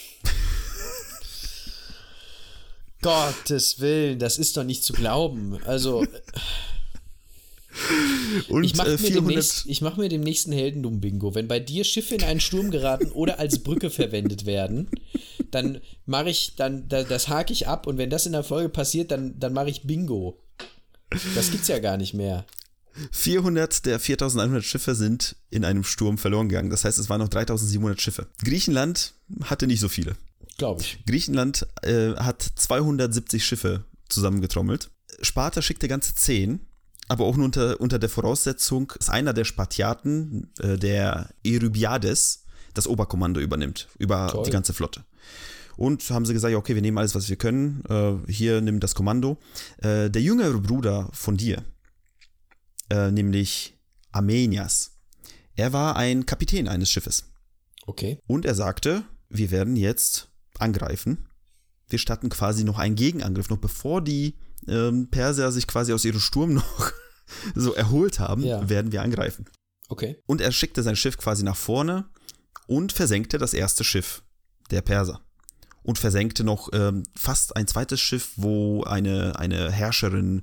Gottes Willen, das ist doch nicht zu glauben. Also, Und ich mache äh, mir, vierhundert demnächst, ich mach mir demnächst ein Heldendumm-Bingo. Wenn bei dir Schiffe in einen Sturm geraten oder als Brücke verwendet werden, dann mache ich, dann, das hake ich ab und wenn das in der Folge passiert, dann, dann mache ich Bingo. Das gibt's ja gar nicht mehr. vierhundert der viertausendeinhundert Schiffe sind in einem Sturm verloren gegangen. Das heißt, es waren noch dreitausendsiebenhundert Schiffe. Griechenland hatte nicht so viele. Glaube ich. Griechenland äh, hat zweihundertsiebzig Schiffe zusammengetrommelt. Sparta schickte ganze zehn, aber auch nur unter, unter der Voraussetzung, dass einer der Spartiaten, äh, der Eurybiades, das Oberkommando übernimmt, über Toll. die ganze Flotte. Und haben sie gesagt, ja, okay, wir nehmen alles, was wir können. Äh, hier, nimm das Kommando. Äh, der jüngere Bruder von dir, äh, nämlich Amenias, er war ein Kapitän eines Schiffes. Okay. Und er sagte, wir werden jetzt angreifen. Wir starten quasi noch einen Gegenangriff, noch bevor die ähm, Perser sich quasi aus ihrem Sturm noch so erholt haben, Ja. werden wir angreifen. Okay. Und er schickte sein Schiff quasi nach vorne und versenkte das erste Schiff der Perser. Und versenkte noch ähm, fast ein zweites Schiff, wo eine, eine Herrscherin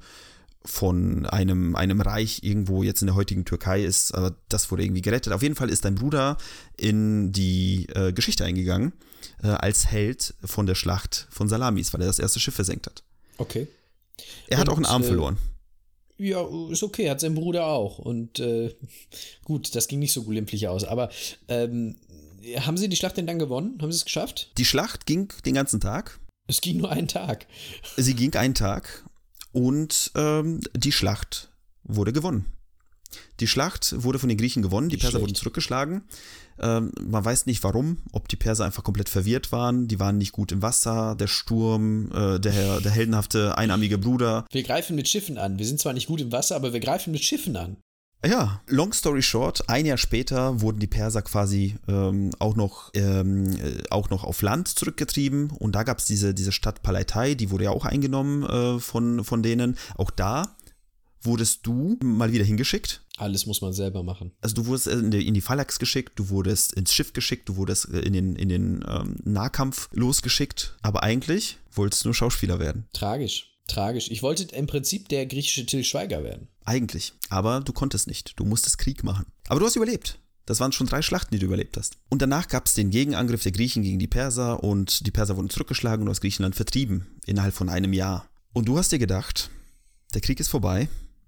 von einem, einem Reich irgendwo jetzt in der heutigen Türkei ist, aber das wurde irgendwie gerettet. Auf jeden Fall ist dein Bruder in die äh, Geschichte eingegangen, äh, als Held von der Schlacht von Salamis, weil er das erste Schiff versenkt hat. Okay. Er hat Und, auch einen Arm äh, verloren. Ja, ist okay, hat sein Bruder auch. Und äh, gut, das ging nicht so glimpflich aus. Aber ähm, haben sie die Schlacht denn dann gewonnen? Haben sie es geschafft? Die Schlacht ging den ganzen Tag. Es ging nur einen Tag. Sie ging einen Tag und ähm, die Schlacht wurde gewonnen. Die Schlacht wurde von den Griechen gewonnen, die Nicht Perser schlecht. wurden zurückgeschlagen. Ähm, man weiß nicht warum, ob die Perser einfach komplett verwirrt waren, die waren nicht gut im Wasser, der Sturm, äh, der, der heldenhafte einarmige Bruder. Wir greifen mit Schiffen an. Wir sind zwar nicht gut im Wasser, aber wir greifen mit Schiffen an. Ja, long story short, ein Jahr später wurden die Perser quasi ähm, auch, noch, ähm, äh, auch noch auf Land zurückgetrieben und da gab es diese, diese Stadt Paleitai, die wurde ja auch eingenommen äh, von, von denen. Auch da wurdest du mal wieder hingeschickt. Alles muss man selber machen. Also du wurdest in die, in die Phalanx geschickt, du wurdest ins Schiff geschickt, du wurdest in den, in den ähm, Nahkampf losgeschickt, aber eigentlich wolltest du nur Schauspieler werden. Tragisch. Tragisch. Ich wollte im Prinzip der griechische Til Schweiger werden. Eigentlich. Aber du konntest nicht. Du musstest Krieg machen. Aber du hast überlebt. Das waren schon drei Schlachten, die du überlebt hast. Und danach gab es den Gegenangriff der Griechen gegen die Perser und die Perser wurden zurückgeschlagen und aus Griechenland vertrieben. Innerhalb von einem Jahr. Und du hast dir gedacht, der Krieg ist vorbei.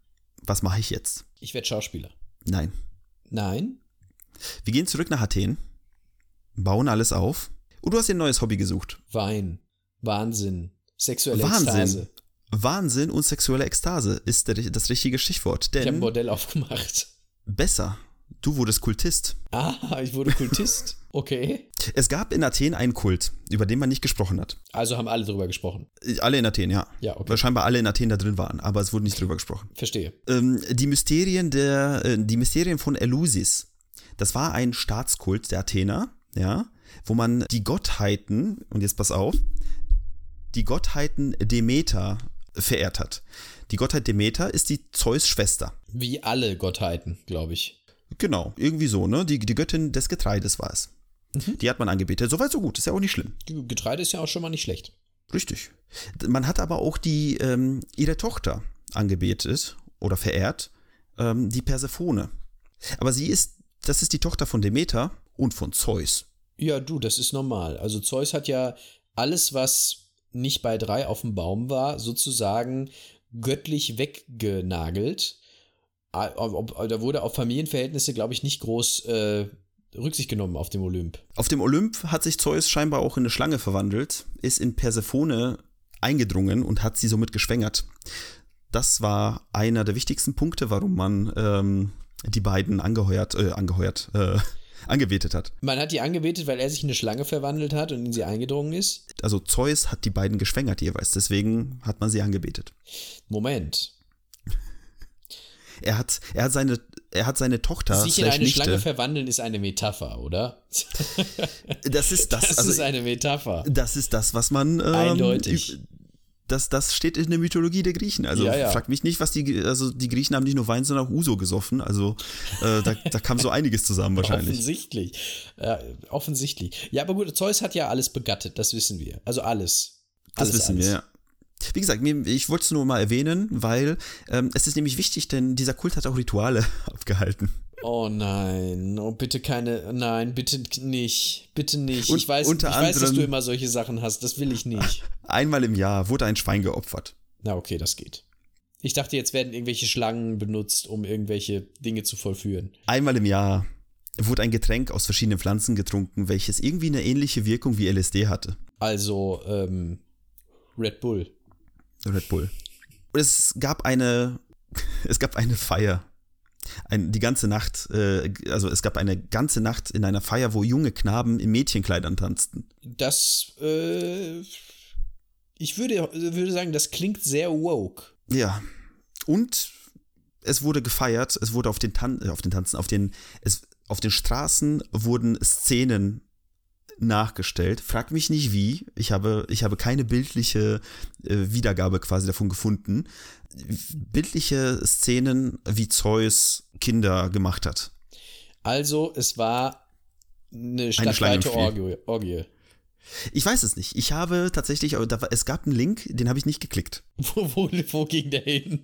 was mache ich jetzt? Ich werde Schauspieler. Nein. Nein? Wir gehen zurück nach Athen, bauen alles auf und du hast dir ein neues Hobby gesucht. Wein, Wahnsinn, sexuelle Wahnsinn. Ekstase. Wahnsinn und sexuelle Ekstase ist der, das richtige Stichwort. Denn Ich habe ein Bordell aufgemacht. besser, du wurdest Kultist. Ah, ich wurde Kultist. Okay. Es gab in Athen einen Kult, über den man nicht gesprochen hat. Also haben alle drüber gesprochen. Alle in Athen, ja. Ja, okay. Weil scheinbar alle in Athen da drin waren, aber es wurde nicht drüber gesprochen. Verstehe. Ähm, die Mysterien der, äh, die Mysterien von Eleusis. Das war ein Staatskult der Athener, ja, wo man die Gottheiten, und jetzt pass auf, die Gottheiten Demeter verehrt hat. Die Gottheit Demeter ist die Zeus-Schwester. Wie alle Gottheiten, glaube ich. Genau, irgendwie so, ne? Die, die Göttin des Getreides war es. Mhm. Die hat man angebetet. Soweit so gut, ist ja auch nicht schlimm. Getreide ist ja auch schon mal nicht schlecht. Richtig. Man hat aber auch die, ähm, ihre Tochter angebetet oder verehrt, ähm, die Persephone. Aber sie ist, das ist die Tochter von Demeter und von Zeus. Ja, du, das ist normal. Also Zeus hat ja alles, was nicht bei drei auf dem Baum war, sozusagen göttlich weggenagelt. Da wurde auf Familienverhältnisse, glaube ich, nicht groß äh, Rücksicht genommen auf dem Olymp. Auf dem Olymp hat sich Zeus scheinbar auch in eine Schlange verwandelt, ist in Persephone eingedrungen und hat sie somit geschwängert. Das war einer der wichtigsten Punkte, warum man ähm, die beiden angeheuert, äh, angeheuert, äh, angebetet hat. Man hat die angebetet, weil er sich in eine Schlange verwandelt hat und in sie eingedrungen ist? Also Zeus hat die beiden geschwängert jeweils, deswegen hat man sie angebetet. Moment. Er hat, er hat seine, er hat seine Tochter Sich in eine Nichte, Schlange verwandeln ist eine Metapher, oder? Das ist das. Das also, ist eine Metapher. Das ist das, was man. Ähm, Eindeutig. Das, das steht in der Mythologie der Griechen. Also Ja, ja. frag mich nicht, was die. Also die Griechen haben nicht nur Wein, sondern auch Uso gesoffen. Also äh, da, da kam so einiges zusammen wahrscheinlich. Offensichtlich. Äh, offensichtlich. Ja, aber gut, Zeus hat ja alles begattet, das wissen wir. Also alles. Das alles, wissen alles. wir, ja. Wie gesagt, mir, ich wollte es nur mal erwähnen, weil ähm, es ist nämlich wichtig, denn dieser Kult hat auch Rituale abgehalten. Oh nein, oh bitte keine, nein, bitte nicht, bitte nicht. Und ich weiß, unter ich weiß, dass anderem- du immer solche Sachen hast, das will ich nicht. Einmal im Jahr wurde ein Schwein geopfert. Na okay, das geht. Ich dachte, jetzt werden irgendwelche Schlangen benutzt, um irgendwelche Dinge zu vollführen. Einmal im Jahr wurde ein Getränk aus verschiedenen Pflanzen getrunken, welches irgendwie eine ähnliche Wirkung wie L S D hatte. Also, ähm, Red Bull. Red Bull. Und es gab eine, es gab eine Feier. Ein, die ganze Nacht, äh, also es gab eine ganze Nacht in einer Feier, wo junge Knaben in Mädchenkleidern tanzten. Das, äh, ich würde, würde sagen, das klingt sehr woke. Ja. Und es wurde gefeiert, es wurde auf den, Tan äh, auf den Tanzen, auf den, es, auf den Straßen wurden Szenen nachgestellt. Frag mich nicht wie. Ich habe, ich habe keine bildliche äh, Wiedergabe quasi davon gefunden. Bildliche Szenen, wie Zeus Kinder gemacht hat. Also, es war eine Eine stadtweite Schlangenvieh. Orgie. Orgie. Ich weiß es nicht. Ich habe tatsächlich, aber da war, es gab einen Link, den habe ich nicht geklickt. Wo, wo, wo ging der hin?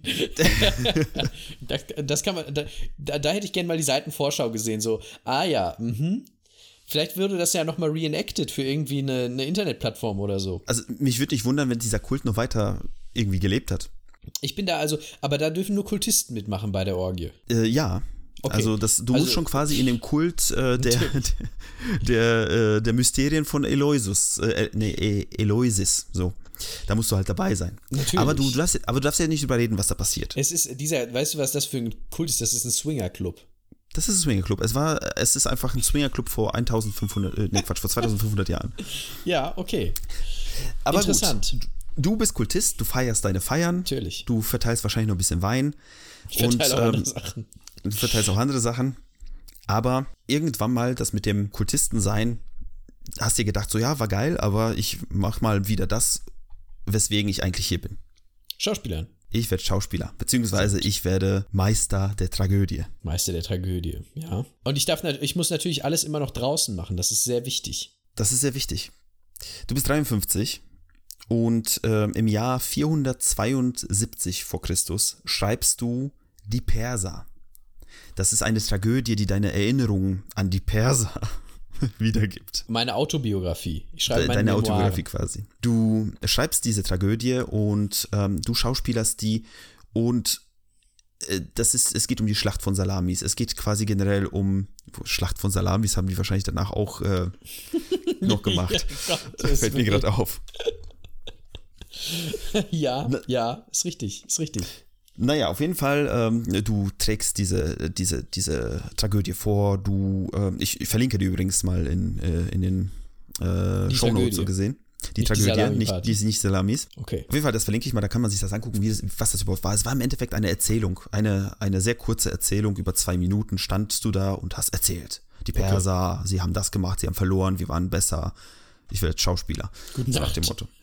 das, das kann man, da, da, da hätte ich gerne mal die Seitenvorschau gesehen, so, ah ja, mhm. Vielleicht würde das ja nochmal reenacted für irgendwie eine, eine Internetplattform oder so. Also mich würde nicht wundern, wenn dieser Kult noch weiter irgendwie gelebt hat. Ich bin da also, aber da dürfen nur Kultisten mitmachen bei der Orgie. Äh, ja. Okay. Also das, du Also- musst schon quasi in dem Kult äh, der, der, äh, der Mysterien von Eleusis, äh, nee, E- Eleusis, so. Da musst du halt dabei sein. Natürlich. Aber du, du darfst, aber du darfst ja nicht überreden, was da passiert. Es ist dieser, weißt du, was das für ein Kult ist? Das ist ein Swingerclub. Das ist ein Swingerclub. Es war, es ist einfach ein Swingerclub vor eintausendfünfhundert, äh, nee, Quatsch, vor zweitausendfünfhundert Jahren. Ja, okay. Aber Interessant. gut, du bist Kultist, du feierst deine Feiern. Natürlich. Du verteilst wahrscheinlich noch ein bisschen Wein. Ich verteile und, auch ähm, andere Sachen. Du verteilst auch andere Sachen. Aber irgendwann mal das mit dem Kultisten sein, hast dir gedacht, so ja, war geil, aber ich mach mal wieder das, weswegen ich eigentlich hier bin. Schauspielern. Ich werde Schauspieler, beziehungsweise ich werde Meister der Tragödie. Meister der Tragödie, ja. Und ich darf, nat- ich muss natürlich alles immer noch draußen machen, das ist sehr wichtig. Das ist sehr wichtig. Du bist dreiundfünfzig und ähm, im Jahr vierhundertzweiundsiebzig vor Christus schreibst du die Perser. Das ist eine Tragödie, die deine Erinnerungen an die Perser wiedergibt. Meine Autobiografie. Ich schreibe meine Deine Memoiren. Autobiografie quasi. Du schreibst diese Tragödie und ähm, du schauspielerst die und das ist, es geht um die Schlacht von Salamis. Es geht quasi generell um Schlacht von Salamis, haben die wahrscheinlich danach auch äh, noch gemacht. Ja, Gott, fällt mir gerade auf. Ja, Na, ja, ist richtig, ist richtig. Naja, auf jeden Fall, ähm, du trägst diese, diese, diese Tragödie vor, du, ähm, ich, ich verlinke die übrigens mal in, äh, in den äh, Shownotes so gesehen. Die nicht Tragödie, die nicht, die, nicht Salamis. Okay. Auf jeden Fall, das verlinke ich mal, da kann man sich das angucken, wie das, was das überhaupt war. Es war im Endeffekt eine Erzählung, eine, eine sehr kurze Erzählung, über zwei Minuten standst du da und hast erzählt. Die Perser, okay. sie haben das gemacht, sie haben verloren, wir waren besser. Ich werde jetzt Schauspieler. Guten so nach dem Motto.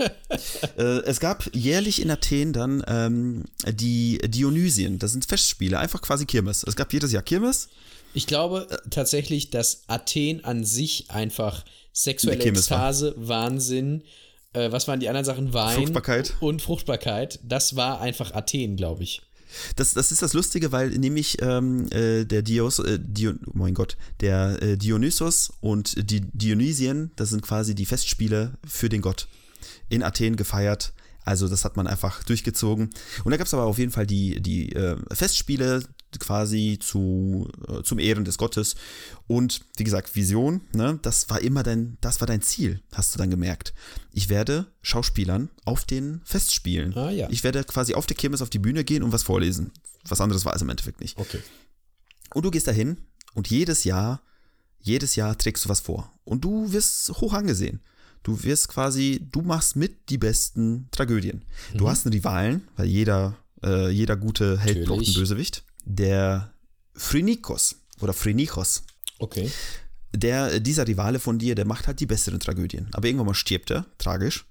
äh, es gab jährlich in Athen dann ähm, die Dionysien, das sind Festspiele, einfach quasi Kirmes. Es gab jedes Jahr Kirmes. Ich glaube äh, tatsächlich, dass Athen an sich einfach sexuelle Ekstase, war. Wahnsinn, äh, was waren die anderen Sachen? Wein Fruchtbarkeit. Und Fruchtbarkeit. Das war einfach Athen, glaube ich. Das, das ist das Lustige, weil nämlich ähm, äh, der Dios, äh, Dion, oh mein Gott, der äh, Dionysos und die Dionysien, das sind quasi die Festspiele für den Gott in Athen gefeiert. Also das hat man einfach durchgezogen. Und da gab es aber auf jeden Fall die, die äh, Festspiele quasi zu, äh, zum Ehren des Gottes. Und wie gesagt, Vision, ne, das war immer dein, das war dein Ziel, hast du dann gemerkt. Ich werde Schauspielern auf den Festspielen. Ah, ja. Ich werde quasi auf der Kirmes auf die Bühne gehen und was vorlesen. Was anderes war es im Endeffekt nicht. Okay. Und du gehst dahin und jedes Jahr, jedes Jahr trägst du was vor. Und du wirst hoch angesehen. Du wirst quasi, du machst mit die besten Tragödien. Mhm. Du hast einen Rivalen, weil jeder, äh, jeder gute Held braucht einen Bösewicht. Der Phrynikos oder Phrynichos. Okay. Der, dieser Rivale von dir, der macht halt die besseren Tragödien. Aber irgendwann mal stirbt er, tragisch.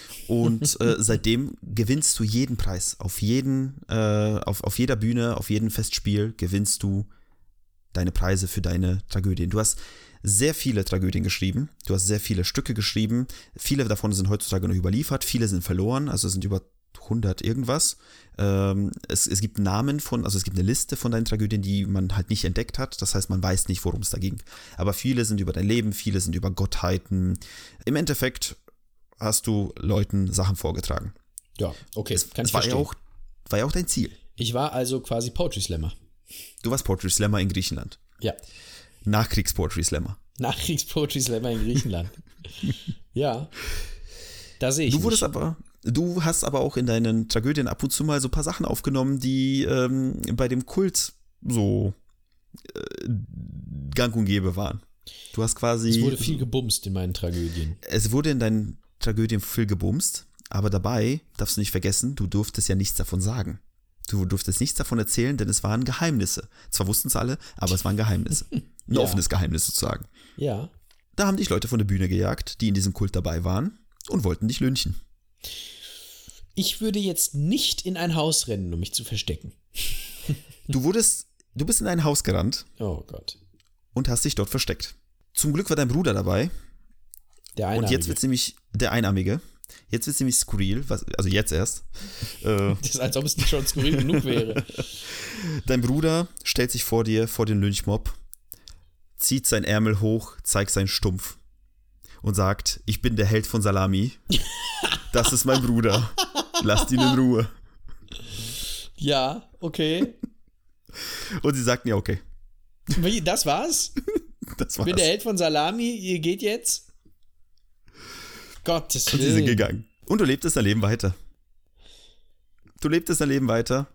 Und äh, seitdem gewinnst du jeden Preis. Auf jeden, äh, auf, auf jeder Bühne, auf jedem Festspiel gewinnst du deine Preise für deine Tragödien. Du hast sehr viele Tragödien geschrieben. Du hast sehr viele Stücke geschrieben. Viele davon sind heutzutage noch überliefert. Viele sind verloren. Also es sind über hundert irgendwas. Ähm, es, es gibt Namen von, also es gibt eine Liste von deinen Tragödien, die man halt nicht entdeckt hat. Das heißt, man weiß nicht, worum es da ging. Aber viele sind über dein Leben, viele sind über Gottheiten. Im Endeffekt hast du Leuten Sachen vorgetragen. Ja, okay. Es, kann es ich war, verstehen. ja auch, war ja auch dein Ziel. Ich war also quasi Poetry Slammer. Du warst Poetry Slammer in Griechenland. Ja. Nachkriegs-Poetry Slammer. Nachkriegs-Poetry Slammer in Griechenland. Ja. Da sehe ich Du wurdest mich. aber, du hast aber auch in deinen Tragödien ab und zu mal so ein paar Sachen aufgenommen, die ähm, bei dem Kult so äh, gang und gäbe waren. Du hast quasi. Es wurde viel gebumst in meinen Tragödien. Es wurde in deinen Tragödien viel gebumst, aber dabei darfst du nicht vergessen, du durftest ja nichts davon sagen. Du durftest nichts davon erzählen, denn es waren Geheimnisse. Zwar wussten es alle, aber es waren Geheimnisse. Ein Ja. offenes Geheimnis sozusagen. Ja. Da haben dich Leute von der Bühne gejagt, die in diesem Kult dabei waren und wollten dich lynchen. Ich würde jetzt nicht in ein Haus rennen, um mich zu verstecken. Du wurdest, du bist in ein Haus gerannt Oh Gott. und hast dich dort versteckt. Zum Glück war dein Bruder dabei. Der Einarmige. Und jetzt wird es nämlich, der Einarmige, jetzt wird es nämlich skurril, was, also jetzt erst. Äh, Das ist, als ob es nicht schon skurril genug wäre. Dein Bruder stellt sich vor dir, vor den Lynchmob, zieht sein Ärmel hoch, zeigt seinen Stumpf und sagt, ich bin der Held von Salami. Das ist mein Bruder. Lasst ihn in Ruhe. Ja, okay. Und sie sagten, ja, okay. Wie, das war's? Das Ich war's. bin der Held von Salami, ihr geht jetzt? Gottes Und sie sind Willen. gegangen. Und du lebtest dein Leben weiter. Du lebtest dein Leben weiter.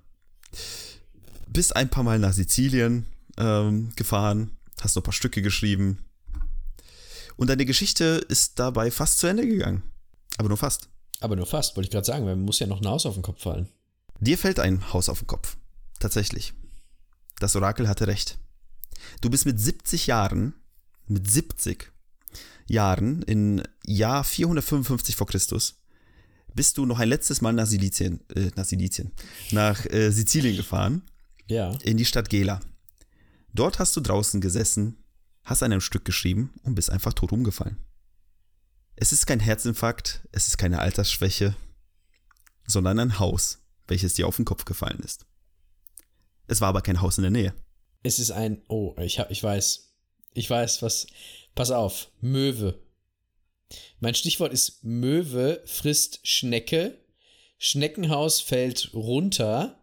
Bist ein paar Mal nach Sizilien ähm, gefahren. Hast noch ein paar Stücke geschrieben. Und deine Geschichte ist dabei fast zu Ende gegangen. Aber nur fast. Aber nur fast, wollte ich gerade sagen, weil man muss ja noch ein Haus auf den Kopf fallen. Dir fällt ein Haus auf den Kopf. Tatsächlich. Das Orakel hatte recht. Du bist mit siebzig Jahren, mit siebzig Jahren, im Jahr vierhundertfünfundfünfzig vor Christus, bist du noch ein letztes Mal nach Silizien, äh, nach Silizien, nach äh, Sizilien gefahren, Ja. in die Stadt Gela. Dort hast du draußen gesessen, hast an einem Stück geschrieben und bist einfach tot umgefallen. Es ist kein Herzinfarkt, es ist keine Altersschwäche, sondern ein Haus, welches dir auf den Kopf gefallen ist. Es war aber kein Haus in der Nähe. Es ist ein, oh, ich, hab, ich weiß, ich weiß, was, pass auf, Möwe. Mein Stichwort ist Möwe frisst Schnecke, Schneckenhaus fällt runter,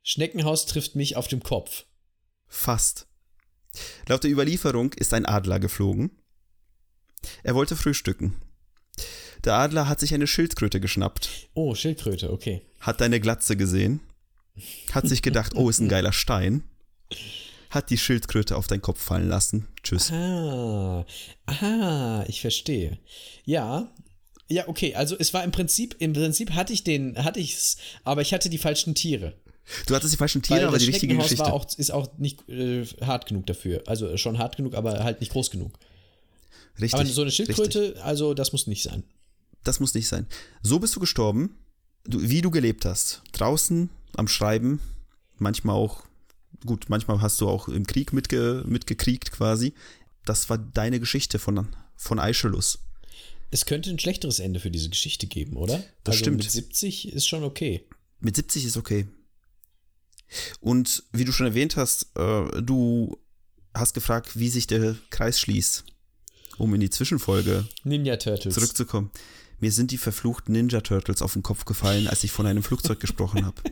Schneckenhaus trifft mich auf dem Kopf. Fast. Laut der Überlieferung ist ein Adler geflogen. Er wollte frühstücken. Der Adler hat sich eine Schildkröte geschnappt. Oh, Schildkröte, okay. Hat deine Glatze gesehen. Hat sich gedacht, oh, ist ein geiler Stein. Hat die Schildkröte auf deinen Kopf fallen lassen. Tschüss. Ah, aha, ich verstehe. Ja, ja, okay, also es war im Prinzip, im Prinzip hatte ich den, hatte ich's, aber ich hatte die falschen Tiere. Du hattest die falschen Tiere, Weil aber das die richtige Schneckenhaus Geschichte. War auch, ist auch nicht äh, hart genug dafür. Also schon hart genug, aber halt nicht groß genug. Richtig. Aber so eine Schildkröte, richtig. also das muss nicht sein. Das muss nicht sein. So bist du gestorben, du, wie du gelebt hast. Draußen am Schreiben, manchmal auch, gut, manchmal hast du auch im Krieg mitge, mitgekriegt quasi. Das war deine Geschichte von, von Aeschylus. Es könnte ein schlechteres Ende für diese Geschichte geben, oder? Das also stimmt. Mit siebzig ist schon okay. Mit siebzig ist okay. Und wie du schon erwähnt hast, äh, du hast gefragt, wie sich der Kreis schließt, um in die Zwischenfolge Ninja Turtles zurückzukommen. Mir sind die verfluchten Ninja Turtles auf den Kopf gefallen, als ich von einem Flugzeug gesprochen habe.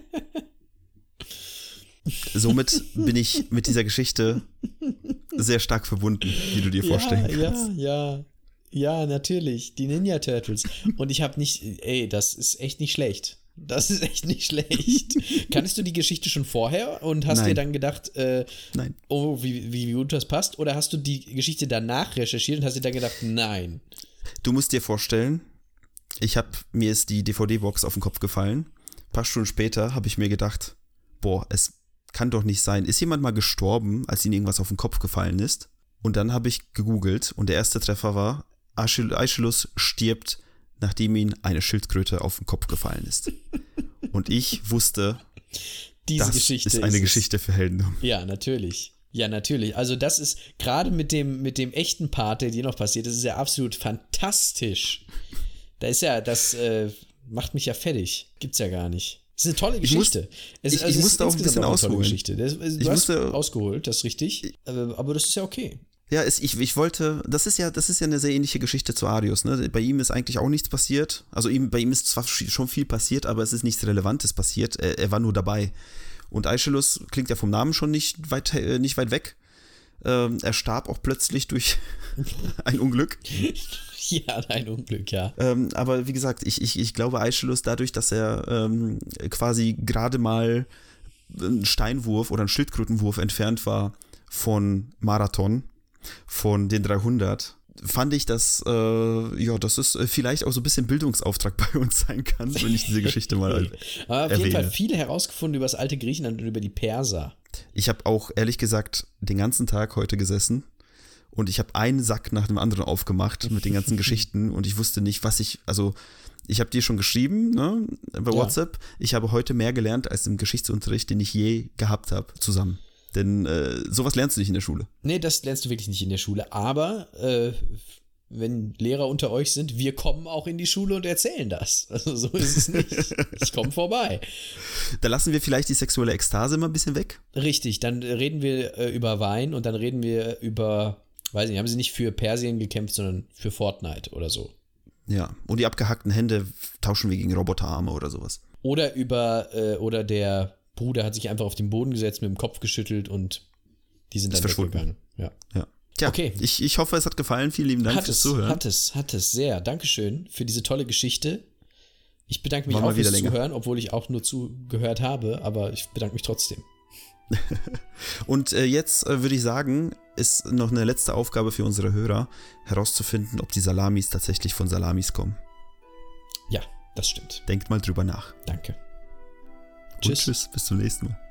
Somit bin ich mit dieser Geschichte sehr stark verbunden, wie du dir vorstellen ja, kannst. Ja, ja, ja, natürlich. Die Ninja Turtles. Und ich habe nicht, ey, das ist echt nicht schlecht. Das ist echt nicht schlecht. Kannst du die Geschichte schon vorher und hast Nein. dir dann gedacht, äh, Nein. oh, wie, wie, wie gut das passt? Oder hast du die Geschichte danach recherchiert und hast dir dann gedacht, nein? Du musst dir vorstellen, ich habe mir ist die D V D-Box auf den Kopf gefallen. Ein paar Stunden später habe ich mir gedacht, boah, es kann doch nicht sein. Ist jemand mal gestorben, als ihm irgendwas auf den Kopf gefallen ist? Und dann habe ich gegoogelt und der erste Treffer war, Aeschylus stirbt, nachdem ihm eine Schildkröte auf den Kopf gefallen ist. Und ich wusste, Diese das Geschichte ist eine ist Geschichte für Heldendum. Ja, natürlich. Ja, natürlich. Also das ist, gerade mit dem, mit dem echten Part, der dir noch passiert, das ist ja absolut fantastisch. Da ist ja, das äh, macht mich ja fertig. Gibt's ja gar nicht. Das ist eine tolle Geschichte. Ich, muss, es, ich, also ich es musste ist auch ein bisschen insgesamt eine ausholen. tolle Geschichte. Das, du ich hast musste ausgeholt, das ist richtig. Aber, aber das ist ja okay. Ja, es, ich, ich wollte, das ist ja, das ist ja eine sehr ähnliche Geschichte zu Arius, ne? Bei ihm ist eigentlich auch nichts passiert. Also ihm, bei ihm ist zwar schon viel passiert, aber es ist nichts Relevantes passiert. Er, er war nur dabei. Und Aeschylus klingt ja vom Namen schon nicht weit, äh, nicht weit weg. Ähm, er starb auch plötzlich durch ein Unglück. Ja, ein Unglück, ja. Ähm, aber wie gesagt, ich, ich, ich glaube Aeschylus dadurch, dass er ähm, quasi gerade mal einen Steinwurf oder einen Schildkrötenwurf entfernt war von Marathon, von den dreihundert, fand ich, dass äh, ja, dass es vielleicht auch so ein bisschen Bildungsauftrag bei uns sein kann, wenn ich diese Geschichte mal Aber auf erwähne. jeden Fall viel herausgefunden über das alte Griechenland und über die Perser. Ich habe auch ehrlich gesagt den ganzen Tag heute gesessen und ich habe einen Sack nach dem anderen aufgemacht mit den ganzen Geschichten und ich wusste nicht, was ich, also ich habe dir schon geschrieben, ne, bei Ja. WhatsApp, ich habe heute mehr gelernt als im Geschichtsunterricht, den ich je gehabt habe, zusammen. Denn äh, sowas lernst du nicht in der Schule. Nee, das lernst du wirklich nicht in der Schule. Aber äh, wenn Lehrer unter euch sind, wir kommen auch in die Schule und erzählen das. Also so ist es nicht. Ich komme vorbei. Da lassen wir vielleicht die sexuelle Ekstase mal ein bisschen weg. Richtig, dann reden wir äh, über Wein und dann reden wir über, weiß nicht, haben sie nicht für Persien gekämpft, sondern für Fortnite oder so. Ja, und die abgehackten Hände tauschen wir gegen Roboterarme oder sowas. Oder über, äh, oder der Bruder hat sich einfach auf den Boden gesetzt, mit dem Kopf geschüttelt und die sind Ist dann verschwunden. weggegangen. Ja. Ja. Tja, Okay. ich, ich hoffe, es hat gefallen. Vielen lieben Dank Hat fürs es, Zuhören. hat es, hat es, sehr. Dankeschön für diese tolle Geschichte. Ich bedanke mich War mal auch fürs wieder länger. Zuhören, obwohl ich auch nur zugehört habe, aber ich bedanke mich trotzdem. Und äh, jetzt äh, würde ich sagen, ist noch eine letzte Aufgabe für unsere Hörer, herauszufinden, ob die Salamis tatsächlich von Salamis kommen. Ja, das stimmt. Denkt mal drüber nach. Danke. Und tschüss, bis zum nächsten Mal.